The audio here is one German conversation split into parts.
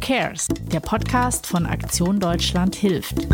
Cares, der Podcast von Aktion Deutschland hilft.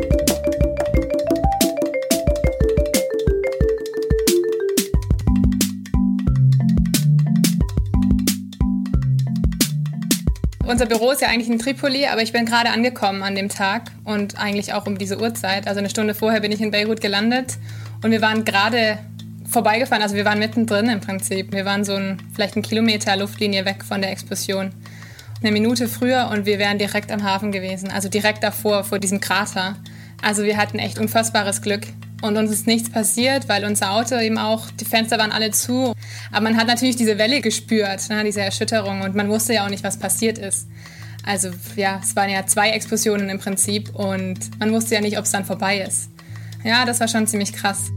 Unser Büro ist ja eigentlich in Tripoli, aber ich bin gerade angekommen an dem Tag und eigentlich auch um diese Uhrzeit. Also eine Stunde vorher bin ich in Beirut gelandet und wir waren gerade vorbeigefahren, also wir waren mittendrin im Prinzip. Wir waren so vielleicht 1 Kilometer Luftlinie weg von der Explosion. Eine Minute früher und wir wären direkt am Hafen gewesen, also direkt davor, vor diesem Krater. Also wir hatten echt unfassbares Glück. Und uns ist nichts passiert, weil unser Auto eben auch, die Fenster waren alle zu. Aber man hat natürlich diese Welle gespürt, ne, diese Erschütterung. Und man wusste ja auch nicht, was passiert ist. Also ja, es waren ja 2 Explosionen im Prinzip. Und man wusste ja nicht, ob es dann vorbei ist. Ja, das war schon ziemlich krass.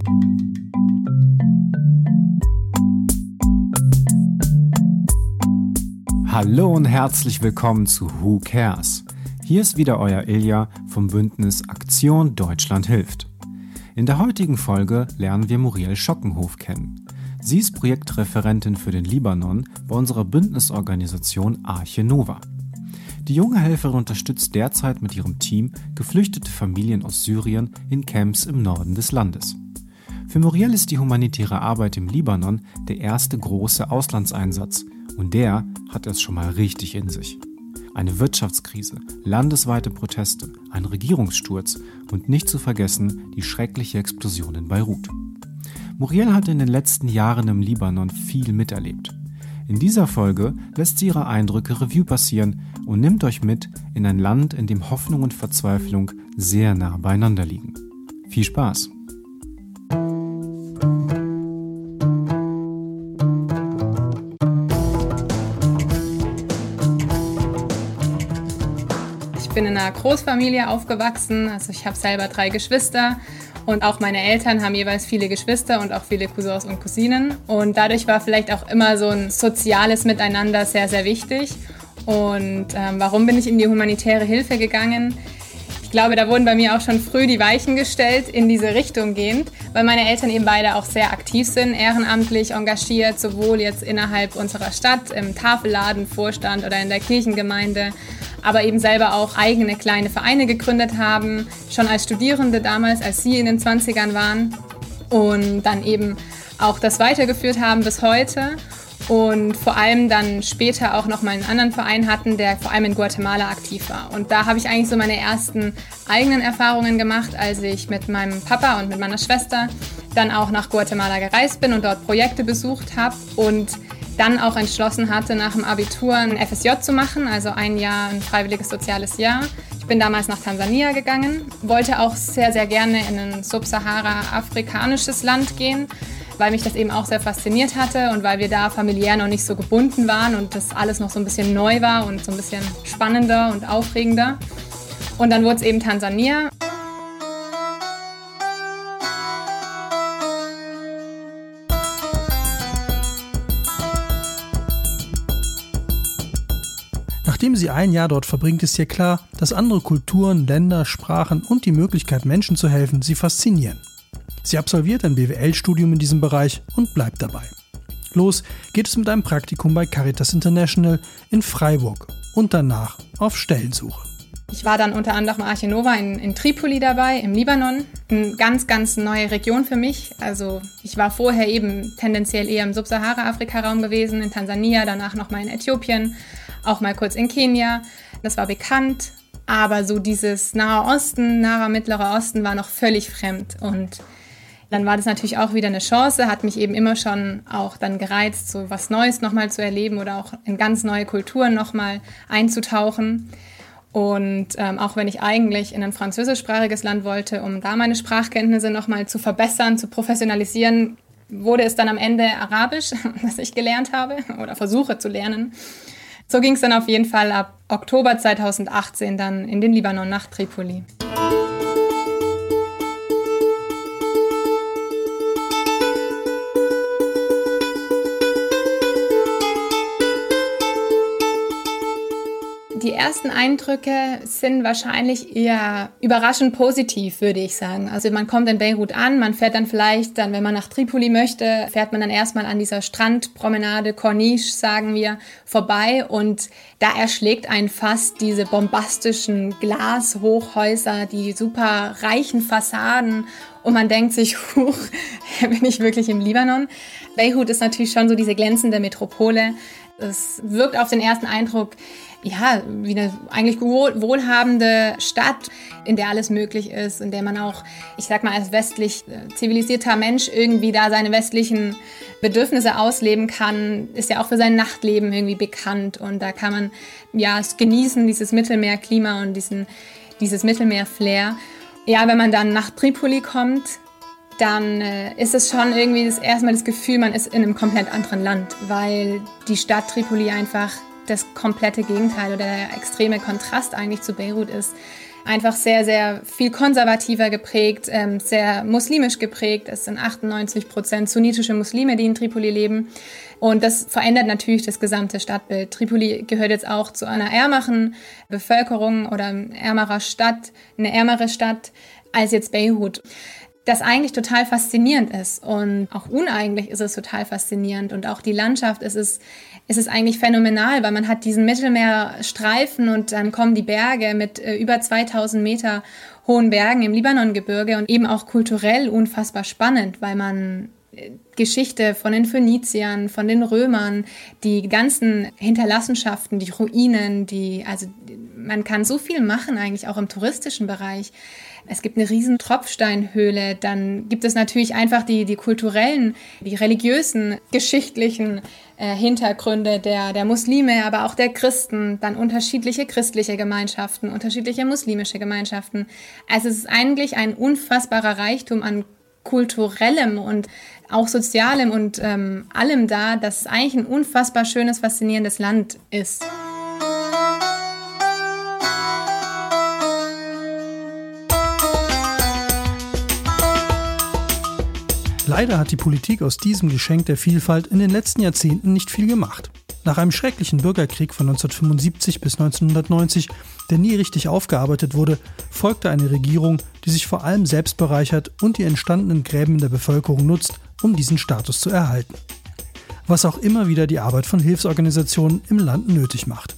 Hallo und herzlich willkommen zu Who Cares? Hier ist wieder euer Ilja vom Bündnis Aktion Deutschland hilft. In der heutigen Folge lernen wir Muriel Schockenhof kennen. Sie ist Projektreferentin für den Libanon bei unserer Bündnisorganisation Arche Nova. Die junge Helferin unterstützt derzeit mit ihrem Team geflüchtete Familien aus Syrien in Camps im Norden des Landes. Für Muriel ist die humanitäre Arbeit im Libanon der erste große Auslandseinsatz und der hat es schon mal richtig in sich. Eine Wirtschaftskrise, landesweite Proteste, ein Regierungssturz und nicht zu vergessen die schreckliche Explosion in Beirut. Muriel hat in den letzten Jahren im Libanon viel miterlebt. In dieser Folge lässt sie ihre Eindrücke Revue passieren und nimmt euch mit in ein Land, in dem Hoffnung und Verzweiflung sehr nah beieinander liegen. Viel Spaß! Ich bin in einer Großfamilie aufgewachsen, also ich habe selber 3 Geschwister und auch meine Eltern haben jeweils viele Geschwister und auch viele Cousins und Cousinen und dadurch war vielleicht auch immer so ein soziales Miteinander sehr, sehr wichtig. Und warum bin ich in die humanitäre Hilfe gegangen? Ich glaube, da wurden bei mir auch schon früh die Weichen gestellt, in diese Richtung gehend, weil meine Eltern eben beide auch sehr aktiv sind, ehrenamtlich engagiert, sowohl jetzt innerhalb unserer Stadt, im Tafelladen, Vorstand oder in der Kirchengemeinde, aber eben selber auch eigene kleine Vereine gegründet haben, schon als Studierende damals, als sie in den 20ern waren und dann eben auch das weitergeführt haben bis heute. Und vor allem dann später auch noch mal einen anderen Verein hatten, der vor allem in Guatemala aktiv war. Und da habe ich eigentlich so meine ersten eigenen Erfahrungen gemacht, als ich mit meinem Papa und mit meiner Schwester dann auch nach Guatemala gereist bin und dort Projekte besucht habe und dann auch entschlossen hatte, nach dem Abitur ein FSJ zu machen, also ein Jahr, ein freiwilliges soziales Jahr. Ich bin damals nach Tansania gegangen, wollte auch sehr, sehr gerne in ein subsahara-afrikanisches Land gehen, weil mich das eben auch sehr fasziniert hatte und weil wir da familiär noch nicht so gebunden waren und das alles noch so ein bisschen neu war und so ein bisschen spannender und aufregender. Und dann wurde es eben Tansania. Nachdem sie ein Jahr dort verbringt, ist ihr klar, dass andere Kulturen, Länder, Sprachen und die Möglichkeit, Menschen zu helfen, sie faszinieren. Sie absolviert ein BWL-Studium in diesem Bereich und bleibt dabei. Los geht es mit einem Praktikum bei Caritas International in Freiburg und danach auf Stellensuche. Ich war dann unter anderem Arche Nova in Tripoli dabei, im Libanon. Eine ganz, ganz neue Region für mich. Also ich war vorher eben tendenziell eher im Subsahara-Afrika-Raum gewesen, in Tansania, danach nochmal in Äthiopien, auch mal kurz in Kenia. Das war bekannt, aber so dieses Nahe Osten, Naher Mittlerer Osten war noch völlig fremd. Und dann war das natürlich auch wieder eine Chance, hat mich eben immer schon auch dann gereizt, so was Neues nochmal zu erleben oder auch in ganz neue Kulturen nochmal einzutauchen. Und auch wenn ich eigentlich in ein französischsprachiges Land wollte, um da meine Sprachkenntnisse nochmal zu verbessern, zu professionalisieren, wurde es dann am Ende Arabisch, das ich gelernt habe oder versuche zu lernen. So ging es dann auf jeden Fall ab Oktober 2018 dann in den Libanon nach Tripoli. Die ersten Eindrücke sind wahrscheinlich eher überraschend positiv, würde ich sagen. Also man kommt in Beirut an, man fährt dann vielleicht, wenn man nach Tripoli möchte, fährt man dann erstmal an dieser Strandpromenade, Corniche sagen wir, vorbei und da erschlägt einen fast diese bombastischen Glashochhäuser, die super reichen Fassaden und man denkt sich, bin ich wirklich im Libanon? Beirut ist natürlich schon so diese glänzende Metropole. Es wirkt auf den ersten Eindruck ja, wie eine eigentlich wohlhabende Stadt, in der alles möglich ist, in der man auch, ich sag mal, als westlich zivilisierter Mensch irgendwie da seine westlichen Bedürfnisse ausleben kann, ist ja auch für sein Nachtleben irgendwie bekannt und da kann man ja es genießen, dieses Mittelmeerklima und dieses Mittelmeer-Flair. Ja, wenn man dann nach Tripoli kommt, dann ist es schon irgendwie erstmal das Gefühl, man ist in einem komplett anderen Land, weil die Stadt Tripoli einfach das komplette Gegenteil oder der extreme Kontrast eigentlich zu Beirut ist. Einfach sehr, sehr viel konservativer geprägt, sehr muslimisch geprägt. Es sind 98% sunnitische Muslime, die in Tripoli leben. Und das verändert natürlich das gesamte Stadtbild. Tripoli gehört jetzt auch zu einer ärmeren Bevölkerung oder eine ärmere Stadt als jetzt Beirut. Das eigentlich total faszinierend ist und auch uneigentlich ist es total faszinierend und auch die Landschaft ist es eigentlich phänomenal, weil man hat diesen Mittelmeerstreifen und dann kommen die Berge mit über 2000 Meter hohen Bergen im Libanongebirge und eben auch kulturell unfassbar spannend, weil man Geschichte von den Phöniziern, von den Römern, die ganzen Hinterlassenschaften, die Ruinen, man kann so viel machen eigentlich auch im touristischen Bereich. Es gibt eine riesen Tropfsteinhöhle, dann gibt es natürlich einfach die kulturellen, die religiösen, geschichtlichen Hintergründe der Muslime, aber auch der Christen, dann unterschiedliche christliche Gemeinschaften, unterschiedliche muslimische Gemeinschaften. Also es ist eigentlich ein unfassbarer Reichtum an kulturellem und auch sozialem und allem da, dass es eigentlich ein unfassbar schönes, faszinierendes Land ist. Leider hat die Politik aus diesem Geschenk der Vielfalt in den letzten Jahrzehnten nicht viel gemacht. Nach einem schrecklichen Bürgerkrieg von 1975 bis 1990, der nie richtig aufgearbeitet wurde, folgte eine Regierung, die sich vor allem selbst bereichert und die entstandenen Gräben in der Bevölkerung nutzt, um diesen Status zu erhalten. Was auch immer wieder die Arbeit von Hilfsorganisationen im Land nötig macht.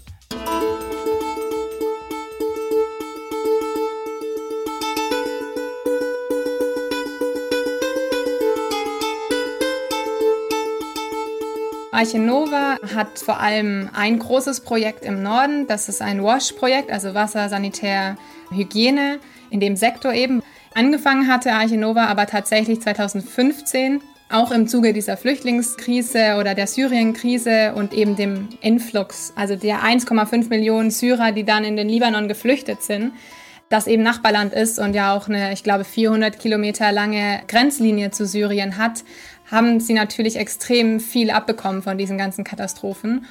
Arche Nova hat vor allem ein großes Projekt im Norden, das ist ein WASH-Projekt, also Wasser, Sanitär, Hygiene, in dem Sektor eben. Angefangen hatte Arche Nova aber tatsächlich 2015, auch im Zuge dieser Flüchtlingskrise oder der Syrien-Krise und eben dem Influx, also der 1,5 Millionen Syrer, die dann in den Libanon geflüchtet sind, das eben Nachbarland ist und ja auch eine, ich glaube, 400 Kilometer lange Grenzlinie zu Syrien hat, haben sie natürlich extrem viel abbekommen von diesen ganzen Katastrophen.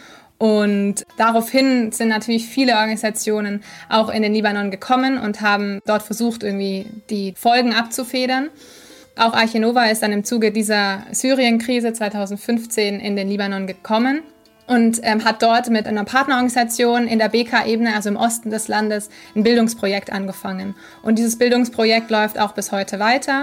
Und daraufhin sind natürlich viele Organisationen auch in den Libanon gekommen und haben dort versucht, irgendwie die Folgen abzufedern. Auch Arche Nova ist dann im Zuge dieser Syrien-Krise 2015 in den Libanon gekommen und hat dort mit einer Partnerorganisation in der BK-Ebene, also im Osten des Landes, ein Bildungsprojekt angefangen. Und dieses Bildungsprojekt läuft auch bis heute weiter.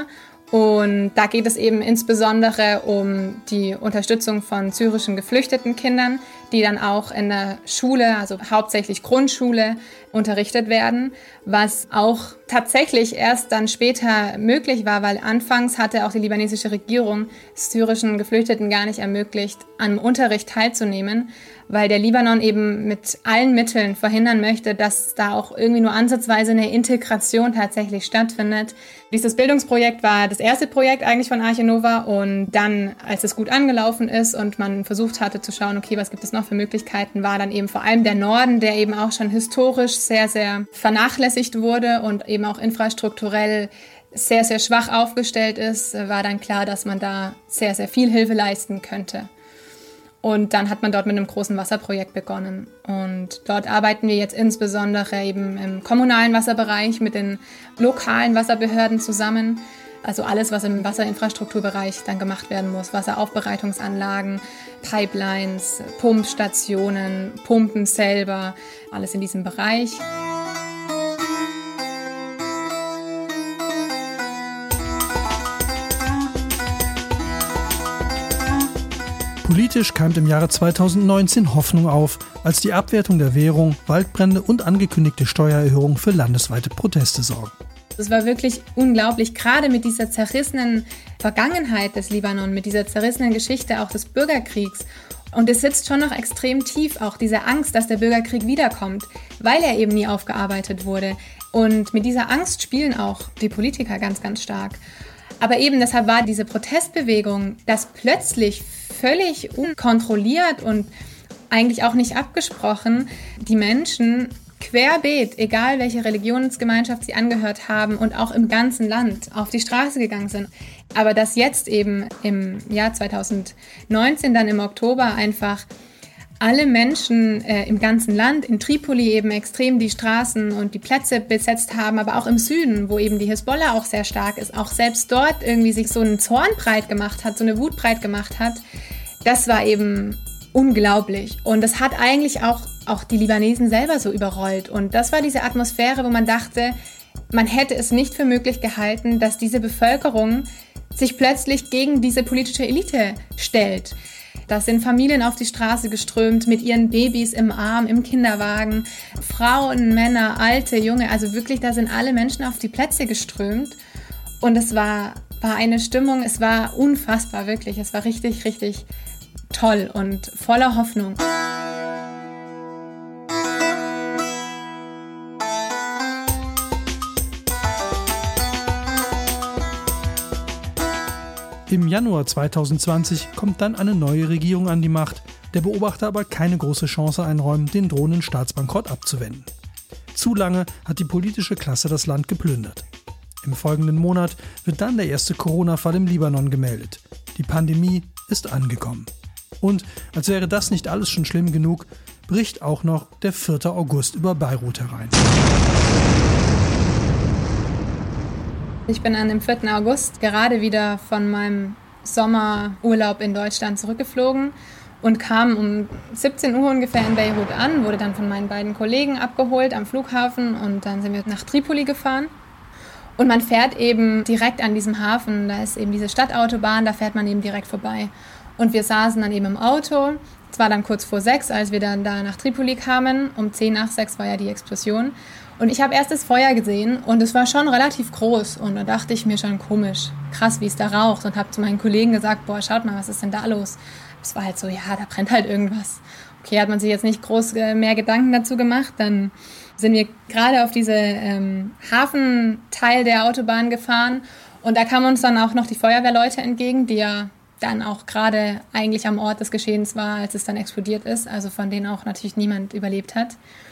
Und da geht es eben insbesondere um die Unterstützung von syrischen geflüchteten Kindern, die dann auch in der Schule, also hauptsächlich Grundschule, unterrichtet werden, was auch tatsächlich erst dann später möglich war, weil anfangs hatte auch die libanesische Regierung syrischen Geflüchteten gar nicht ermöglicht, am Unterricht teilzunehmen, weil der Libanon eben mit allen Mitteln verhindern möchte, dass da auch irgendwie nur ansatzweise eine Integration tatsächlich stattfindet. Dieses Bildungsprojekt war das erste Projekt eigentlich von Arche Nova und dann, als es gut angelaufen ist und man versucht hatte zu schauen, okay, was gibt es noch für Möglichkeiten, war dann eben vor allem der Norden, der eben auch schon historisch sehr, sehr vernachlässigt wurde und eben auch infrastrukturell sehr, sehr schwach aufgestellt ist, war dann klar, dass man da sehr, sehr viel Hilfe leisten könnte. Und dann hat man dort mit einem großen Wasserprojekt begonnen. Und dort arbeiten wir jetzt insbesondere eben im kommunalen Wasserbereich mit den lokalen Wasserbehörden zusammen. Also alles, was im Wasserinfrastrukturbereich dann gemacht werden muss. Wasseraufbereitungsanlagen, Pipelines, Pumpstationen, Pumpen selber, alles in diesem Bereich. Politisch keimt im Jahre 2019 Hoffnung auf, als die Abwertung der Währung, Waldbrände und angekündigte Steuererhöhungen für landesweite Proteste sorgen. Es war wirklich unglaublich, gerade mit dieser zerrissenen Vergangenheit des Libanon, mit dieser zerrissenen Geschichte auch des Bürgerkriegs. Und es sitzt schon noch extrem tief, auch diese Angst, dass der Bürgerkrieg wiederkommt, weil er eben nie aufgearbeitet wurde. Und mit dieser Angst spielen auch die Politiker ganz, ganz stark. Aber eben deshalb war diese Protestbewegung, dass plötzlich völlig unkontrolliert und eigentlich auch nicht abgesprochen die Menschen querbeet, egal welche Religionsgemeinschaft sie angehört haben und auch im ganzen Land auf die Straße gegangen sind. Aber dass jetzt eben im Jahr 2019, dann im Oktober, einfach alle Menschen im ganzen Land, in Tripoli eben extrem die Straßen und die Plätze besetzt haben, aber auch im Süden, wo eben die Hisbollah auch sehr stark ist, auch selbst dort irgendwie sich so einen Zorn breit gemacht hat, so eine Wut breit gemacht hat, das war eben unglaublich. Und das hat eigentlich auch die Libanesen selber so überrollt. Und das war diese Atmosphäre, wo man dachte, man hätte es nicht für möglich gehalten, dass diese Bevölkerung sich plötzlich gegen diese politische Elite stellt. Da sind Familien auf die Straße geströmt mit ihren Babys im Arm, im Kinderwagen, Frauen, Männer, Alte, Junge, also wirklich, da sind alle Menschen auf die Plätze geströmt. Und es war eine Stimmung, es war unfassbar, wirklich, es war richtig, richtig toll und voller Hoffnung. Im Januar 2020 kommt dann eine neue Regierung an die Macht, der Beobachter aber keine große Chance einräumen, den drohenden Staatsbankrott abzuwenden. Zu lange hat die politische Klasse das Land geplündert. Im folgenden Monat wird dann der erste Corona-Fall im Libanon gemeldet. Die Pandemie ist angekommen. Und als wäre das nicht alles schon schlimm genug, bricht auch noch der 4. August über Beirut herein. Ich bin an dem 4. August gerade wieder von meinem Sommerurlaub in Deutschland zurückgeflogen und kam um 17 Uhr ungefähr in Beirut an, wurde dann von meinen beiden Kollegen abgeholt am Flughafen und dann sind wir nach Tripoli gefahren. Und man fährt eben direkt an diesem Hafen, da ist eben diese Stadtautobahn, da fährt man eben direkt vorbei. Und wir saßen dann eben im Auto, es war dann kurz vor 6, als wir dann da nach Tripoli kamen, um 10 nach 6 war ja die Explosion. Und ich habe erst das Feuer gesehen und es war schon relativ groß und da dachte ich mir schon komisch, krass, wie es da raucht und habe zu meinen Kollegen gesagt, boah, schaut mal, was ist denn da los? Es war halt so, ja, da brennt halt irgendwas. Okay, hat man sich jetzt nicht groß mehr Gedanken dazu gemacht, dann sind wir gerade auf diese Hafenteil der Autobahn gefahren und da kamen uns dann auch noch die Feuerwehrleute entgegen, die ja dann auch gerade eigentlich am Ort des Geschehens war, als es dann explodiert ist, also von denen auch natürlich niemand überlebt hat.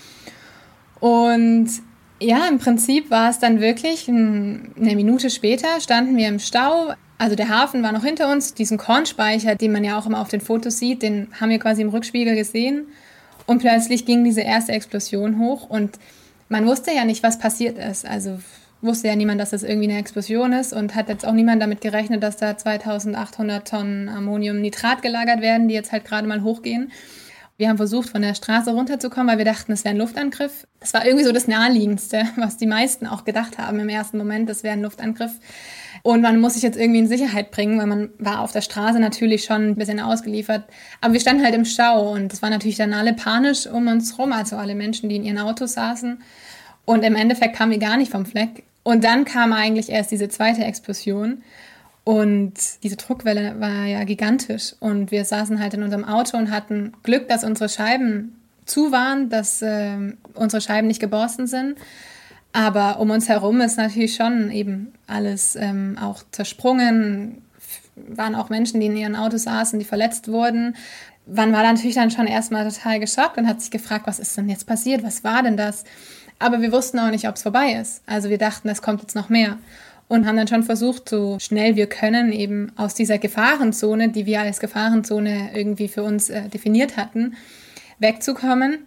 Und ja, im Prinzip war es dann wirklich, eine Minute später standen wir im Stau. Also der Hafen war noch hinter uns, diesen Kornspeicher, den man ja auch immer auf den Fotos sieht, den haben wir quasi im Rückspiegel gesehen. Und plötzlich ging diese erste Explosion hoch und man wusste ja nicht, was passiert ist. Also wusste ja niemand, dass das irgendwie eine Explosion ist und hat jetzt auch niemand damit gerechnet, dass da 2800 Tonnen Ammoniumnitrat gelagert werden, die jetzt halt gerade mal hochgehen. Wir haben versucht, von der Straße runterzukommen, weil wir dachten, es wäre ein Luftangriff. Das war irgendwie so das Naheliegendste, was die meisten auch gedacht haben im ersten Moment, das wäre ein Luftangriff. Und man muss sich jetzt irgendwie in Sicherheit bringen, weil man war auf der Straße natürlich schon ein bisschen ausgeliefert. Aber wir standen halt im Stau und es waren natürlich dann alle panisch um uns rum, also alle Menschen, die in ihren Autos saßen. Und im Endeffekt kamen wir gar nicht vom Fleck. Und dann kam eigentlich erst diese zweite Explosion. Und diese Druckwelle war ja gigantisch und wir saßen halt in unserem Auto und hatten Glück, dass unsere Scheiben zu waren, dass unsere Scheiben nicht geborsten sind. Aber um uns herum ist natürlich schon eben alles auch zersprungen. Waren auch Menschen, die in ihren Autos saßen, die verletzt wurden. Man war natürlich dann schon erstmal total geschockt und hat sich gefragt, was ist denn jetzt passiert? Was war denn das? Aber wir wussten auch nicht, ob es vorbei ist. Also wir dachten, es kommt jetzt noch mehr. Und haben dann schon versucht, so schnell wir können, eben aus dieser Gefahrenzone, die wir als Gefahrenzone irgendwie für uns definiert hatten, wegzukommen.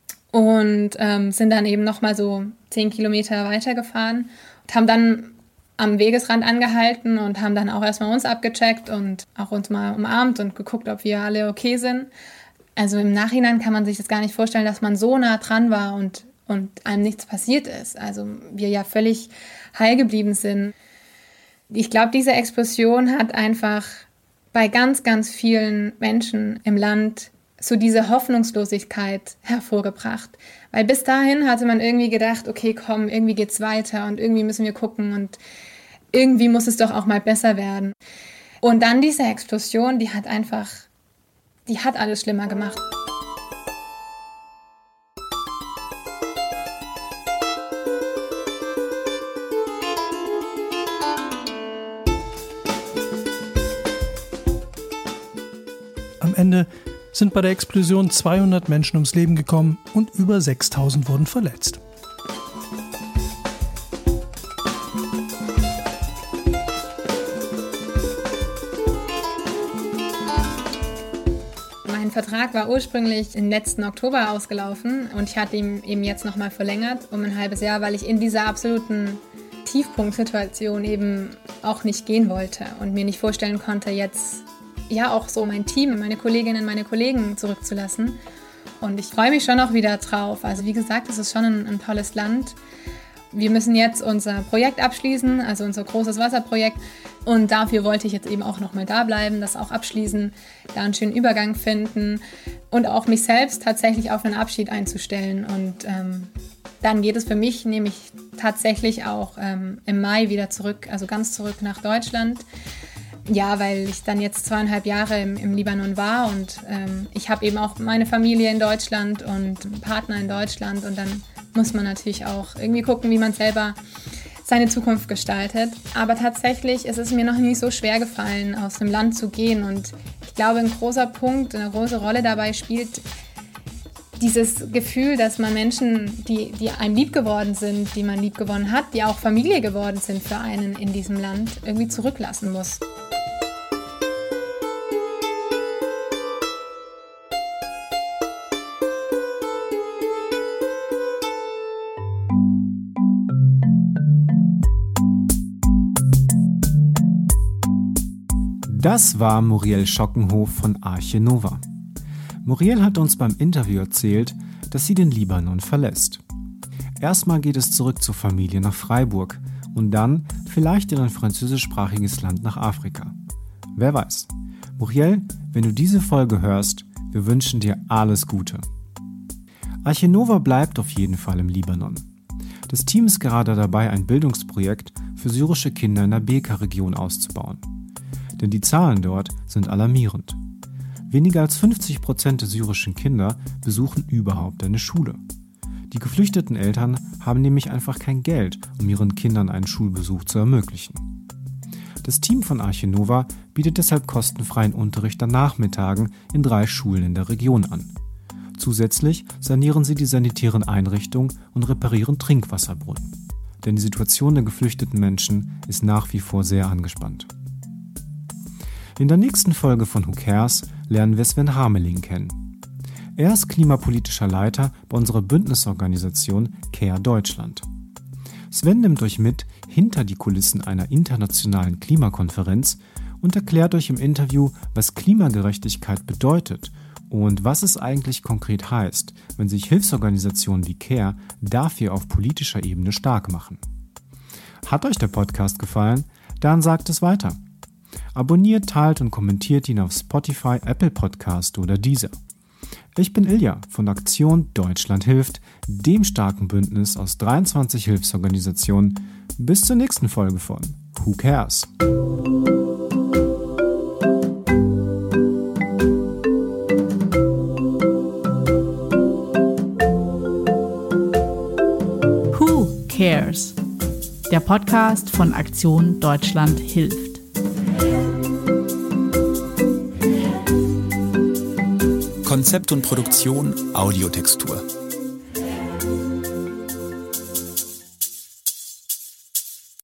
Und sind dann eben nochmal so 10 Kilometer weitergefahren und haben dann am Wegesrand angehalten und haben dann auch erstmal uns abgecheckt und auch uns mal umarmt und geguckt, ob wir alle okay sind. Also im Nachhinein kann man sich das gar nicht vorstellen, dass man so nah dran war und einem nichts passiert ist. Also wir ja völlig heil geblieben sind. Ich glaube, diese Explosion hat einfach bei ganz, ganz vielen Menschen im Land so diese Hoffnungslosigkeit hervorgebracht. Weil bis dahin hatte man irgendwie gedacht, okay, komm, irgendwie geht's weiter und irgendwie müssen wir gucken und irgendwie muss es doch auch mal besser werden. Und dann diese Explosion, die hat alles schlimmer gemacht. Am Ende sind bei der Explosion 200 Menschen ums Leben gekommen und über 6.000 wurden verletzt. Mein Vertrag war ursprünglich im letzten Oktober ausgelaufen und ich hatte ihn eben jetzt nochmal verlängert um ein halbes Jahr, weil ich in dieser absoluten Tiefpunktsituation eben auch nicht gehen wollte und mir nicht vorstellen konnte, jetzt ja auch so mein Team, meine Kolleginnen, meine Kollegen zurückzulassen. Und ich freue mich schon auch wieder drauf. Also wie gesagt, es ist schon ein tolles Land. Wir müssen jetzt unser Projekt abschließen, also unser großes Wasserprojekt. Und dafür wollte ich jetzt eben auch nochmal da bleiben, das auch abschließen, da einen schönen Übergang finden und auch mich selbst tatsächlich auf einen Abschied einzustellen. Und dann geht es für mich nämlich tatsächlich auch im Mai wieder zurück, also ganz zurück nach Deutschland. Ja, weil ich dann jetzt 2,5 Jahre im Libanon war und ich habe eben auch meine Familie in Deutschland und einen Partner in Deutschland und dann muss man natürlich auch irgendwie gucken, wie man selber seine Zukunft gestaltet. Aber tatsächlich ist es mir noch nie so schwer gefallen, aus dem Land zu gehen und ich glaube, ein großer Punkt, eine große Rolle dabei spielt dieses Gefühl, dass man Menschen, die einem lieb geworden sind, die man lieb gewonnen hat, die auch Familie geworden sind für einen in diesem Land, irgendwie zurücklassen muss. Das war Muriel Schockenhof von Arche Nova. Muriel hat uns beim Interview erzählt, dass sie den Libanon verlässt. Erstmal geht es zurück zur Familie nach Freiburg und dann vielleicht in ein französischsprachiges Land nach Afrika. Wer weiß. Muriel, wenn du diese Folge hörst, wir wünschen dir alles Gute. Arche Nova bleibt auf jeden Fall im Libanon. Das Team ist gerade dabei, ein Bildungsprojekt für syrische Kinder in der Bekaa-Region auszubauen. Denn die Zahlen dort sind alarmierend. Weniger als 50% der syrischen Kinder besuchen überhaupt eine Schule. Die geflüchteten Eltern haben nämlich einfach kein Geld, um ihren Kindern einen Schulbesuch zu ermöglichen. Das Team von Arche Nova bietet deshalb kostenfreien Unterricht an Nachmittagen in 3 Schulen in der Region an. Zusätzlich sanieren sie die sanitären Einrichtungen und reparieren Trinkwasserbrunnen. Denn die Situation der geflüchteten Menschen ist nach wie vor sehr angespannt. In der nächsten Folge von Who Cares lernen wir Sven Hameling kennen. Er ist klimapolitischer Leiter bei unserer Bündnisorganisation CARE Deutschland. Sven nimmt euch mit hinter die Kulissen einer internationalen Klimakonferenz und erklärt euch im Interview, was Klimagerechtigkeit bedeutet und was es eigentlich konkret heißt, wenn sich Hilfsorganisationen wie CARE dafür auf politischer Ebene stark machen. Hat euch der Podcast gefallen? Dann sagt es weiter. Abonniert, teilt und kommentiert ihn auf Spotify, Apple Podcast oder Deezer. Ich bin Ilja von Aktion Deutschland hilft, dem starken Bündnis aus 23 Hilfsorganisationen. Bis zur nächsten Folge von Who Cares? Who Cares? Der Podcast von Aktion Deutschland hilft. Konzept und Produktion Audiotextur.